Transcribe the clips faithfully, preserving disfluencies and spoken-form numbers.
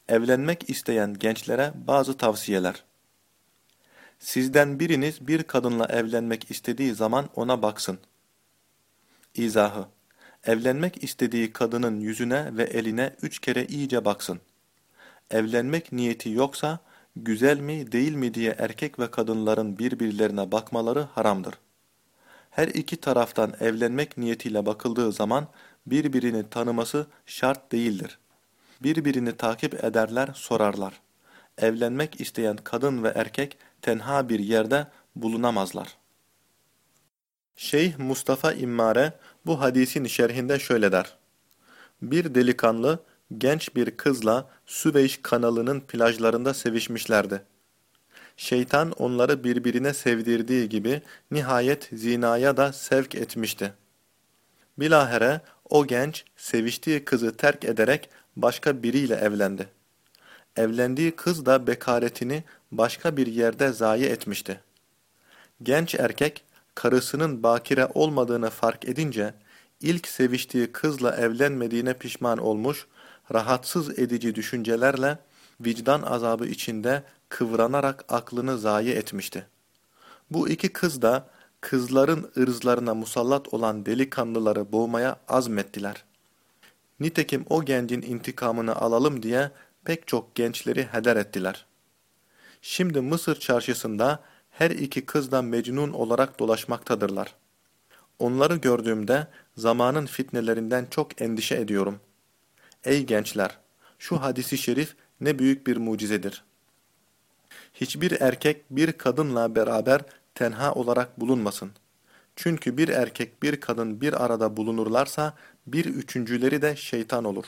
Evlenmek isteyen gençlere bazı tavsiyeler. Sizden biriniz bir kadınla evlenmek istediği zaman ona baksın. İzahı: Evlenmek istediği kadının yüzüne ve eline üç kere iyice baksın. Evlenmek niyeti yoksa, güzel mi değil mi diye erkek ve kadınların birbirlerine bakmaları haramdır. Her iki taraftan evlenmek niyetiyle bakıldığı zaman birbirini tanıması şart değildir. Birbirini takip ederler, sorarlar. Evlenmek isteyen kadın ve erkek tenha bir yerde bulunamazlar. Şeyh Mustafa İmmare bu hadisin şerhinde şöyle der: Bir delikanlı genç bir kızla Süveyş kanalının plajlarında sevişmişlerdi. Şeytan onları birbirine sevdirdiği gibi nihayet zinaya da sevk etmişti. Bilahare o genç seviştiği kızı terk ederek başka biriyle evlendi. Evlendiği kız da bekaretini başka bir yerde zayi etmişti. Genç erkek karısının bakire olmadığını fark edince ilk seviştiği kızla evlenmediğine pişman olmuş, rahatsız edici düşüncelerle vicdan azabı içinde kıvranarak aklını zayi etmişti. Bu iki kız da kızların ırzlarına musallat olan delikanlıları boğmaya azmettiler. Nitekim o gencin intikamını alalım diye pek çok gençleri heder ettiler. Şimdi Mısır çarşısında her iki kız da mecnun olarak dolaşmaktadırlar. Onları gördüğümde zamanın fitnelerinden çok endişe ediyorum. Ey gençler! Şu hadisi şerif ne büyük bir mucizedir. Hiçbir erkek bir kadınla beraber tenha olarak bulunmasın. Çünkü bir erkek bir kadın bir arada bulunurlarsa bir üçüncüleri de şeytan olur.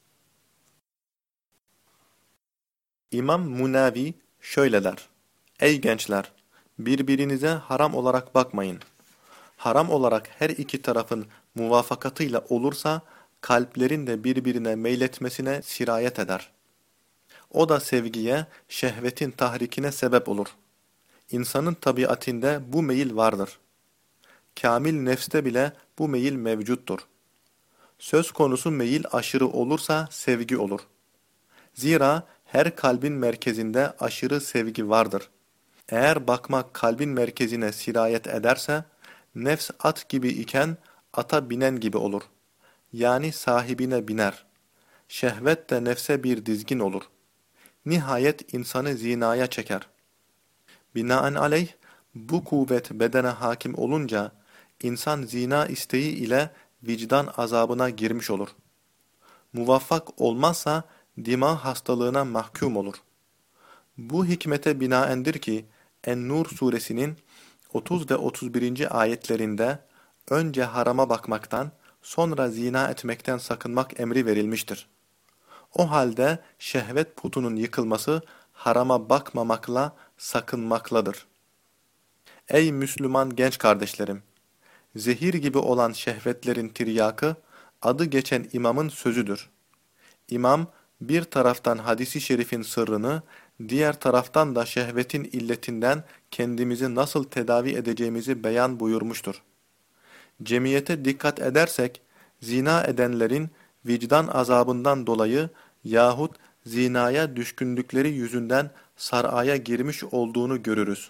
İmam Munavi şöyle der: Ey gençler! Birbirinize haram olarak bakmayın. Haram olarak her iki tarafın muvafakatıyla olursa kalplerin de birbirine meyletmesine sirayet eder. O da sevgiye, şehvetin tahrikine sebep olur. İnsanın tabiatinde bu meyil vardır. Kamil nefste bile bu meyil mevcuttur. Söz konusu meyil aşırı olursa sevgi olur. Zira her kalbin merkezinde aşırı sevgi vardır. Eğer bakmak kalbin merkezine sirayet ederse, nefs at gibi iken ata binen gibi olur. Yani sahibine biner. Şehvet de nefse bir dizgin olur. Nihayet insanı zinaya çeker. Binaenaleyh, bu kuvvet bedene hakim olunca, insan zina isteği ile vicdan azabına girmiş olur. Muvaffak olmazsa, dima hastalığına mahkum olur. Bu hikmete binaendir ki, En-Nur suresinin otuz ve otuz birinci ayetlerinde önce harama bakmaktan, sonra zina etmekten sakınmak emri verilmiştir. O halde şehvet putunun yıkılması harama bakmamakla sakınmakladır. Ey Müslüman genç kardeşlerim! Zehir gibi olan şehvetlerin tiryakı, adı geçen imamın sözüdür. İmam, bir taraftan hadisi şerifin sırrını, diğer taraftan da şehvetin illetinden kendimizi nasıl tedavi edeceğimizi beyan buyurmuştur. Cemiyete dikkat edersek, zina edenlerin vicdan azabından dolayı yahut zinaya düşkünlükleri yüzünden saraya girmiş olduğunu görürüz.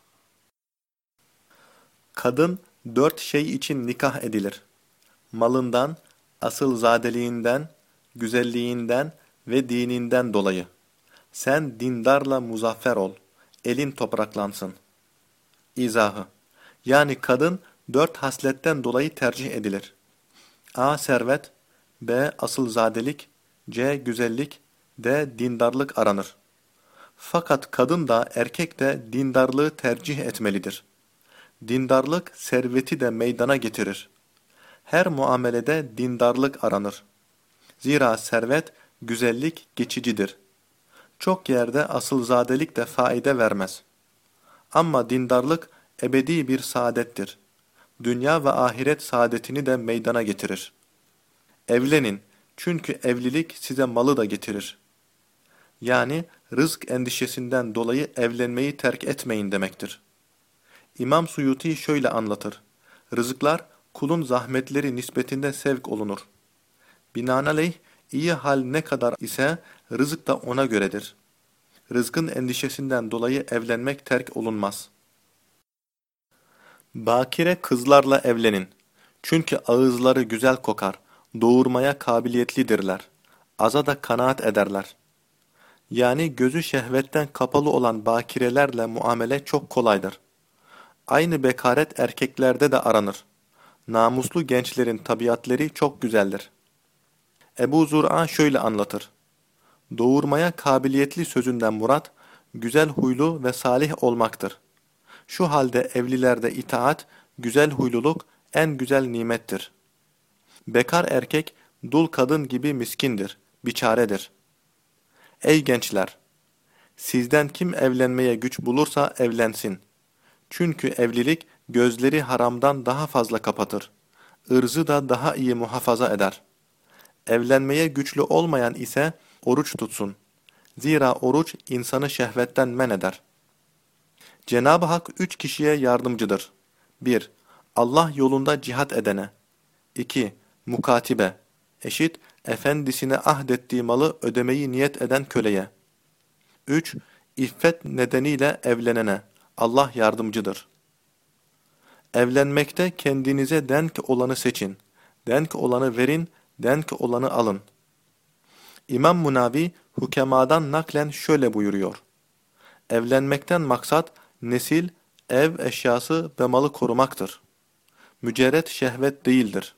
Kadın dört şey için nikah edilir: malından, asılzadeliğinden, güzelliğinden ve dininden dolayı. Sen dindarla muzaffer ol, elin topraklansın. İzahı: Yani kadın dört hasletten dolayı tercih edilir. A. Servet, B. Asılzadelik, C. Güzellik, D. Dindarlık aranır. Fakat kadın da erkek de dindarlığı tercih etmelidir. Dindarlık serveti de meydana getirir. Her muamelede dindarlık aranır. Zira servet, güzellik geçicidir. Çok yerde asılzadelik de faide vermez. Ama dindarlık ebedi bir saadettir. Dünya ve ahiret saadetini de meydana getirir. Evlenin, çünkü evlilik size malı da getirir. Yani rızk endişesinden dolayı evlenmeyi terk etmeyin demektir. İmam Suyuti şöyle anlatır: Rızıklar kulun zahmetleri nispetinde sevk olunur. Binaenaleyh İyi hal ne kadar ise rızık da ona göredir. Rızkın endişesinden dolayı evlenmek terk olunmaz. Bakire kızlarla evlenin. Çünkü ağızları güzel kokar, doğurmaya kabiliyetlidirler. Aza da kanaat ederler. Yani gözü şehvetten kapalı olan bakirelerle muamele çok kolaydır. Aynı bekaret erkeklerde de aranır. Namuslu gençlerin tabiatleri çok güzeldir. Ebu Zur'a şöyle anlatır. Doğurmaya kabiliyetli sözünden murat, güzel huylu ve salih olmaktır. Şu halde evlilerde itaat, güzel huyluluk en güzel nimettir. Bekar erkek, dul kadın gibi miskindir, biçaredir. Ey gençler! Sizden kim evlenmeye güç bulursa evlensin. Çünkü evlilik gözleri haramdan daha fazla kapatır. Irzı da daha iyi muhafaza eder. Evlenmeye güçlü olmayan ise oruç tutsun. Zira oruç insanı şehvetten men eder. Cenab-ı Hak üç kişiye yardımcıdır. bir Allah yolunda cihat edene. iki Mukatibe, eşit, efendisine ahdettiği malı ödemeyi niyet eden köleye. üç İffet nedeniyle evlenene. Allah yardımcıdır. Evlenmekte kendinize denk olanı seçin. Denk olanı verin, denk olanı alın. İmam Munavi, hukemadan naklen şöyle buyuruyor. Evlenmekten maksat, nesil, ev eşyası ve malı korumaktır. Mücerret şehvet değildir.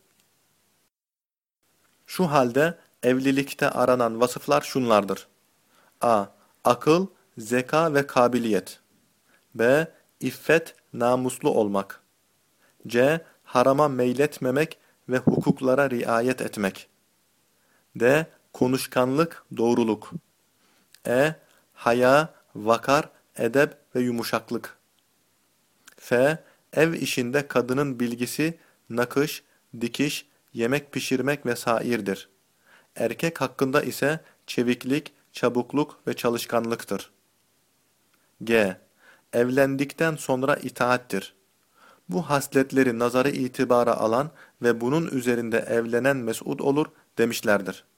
Şu halde evlilikte aranan vasıflar şunlardır. A. Akıl, zeka ve kabiliyet. B. İffet, namuslu olmak. C. Harama meyletmemek ve hukuklara riayet etmek. D. Konuşkanlık, doğruluk. E. Haya, vakar, edep ve yumuşaklık. F. Ev işinde kadının bilgisi, nakış, dikiş, yemek pişirmek vesairdir. Erkek hakkında ise çeviklik, çabukluk ve çalışkanlıktır. G. Evlendikten sonra itaattir. Bu hasletleri nazarı itibara alan ve bunun üzerinde evlenen mes'ud olur demişlerdir.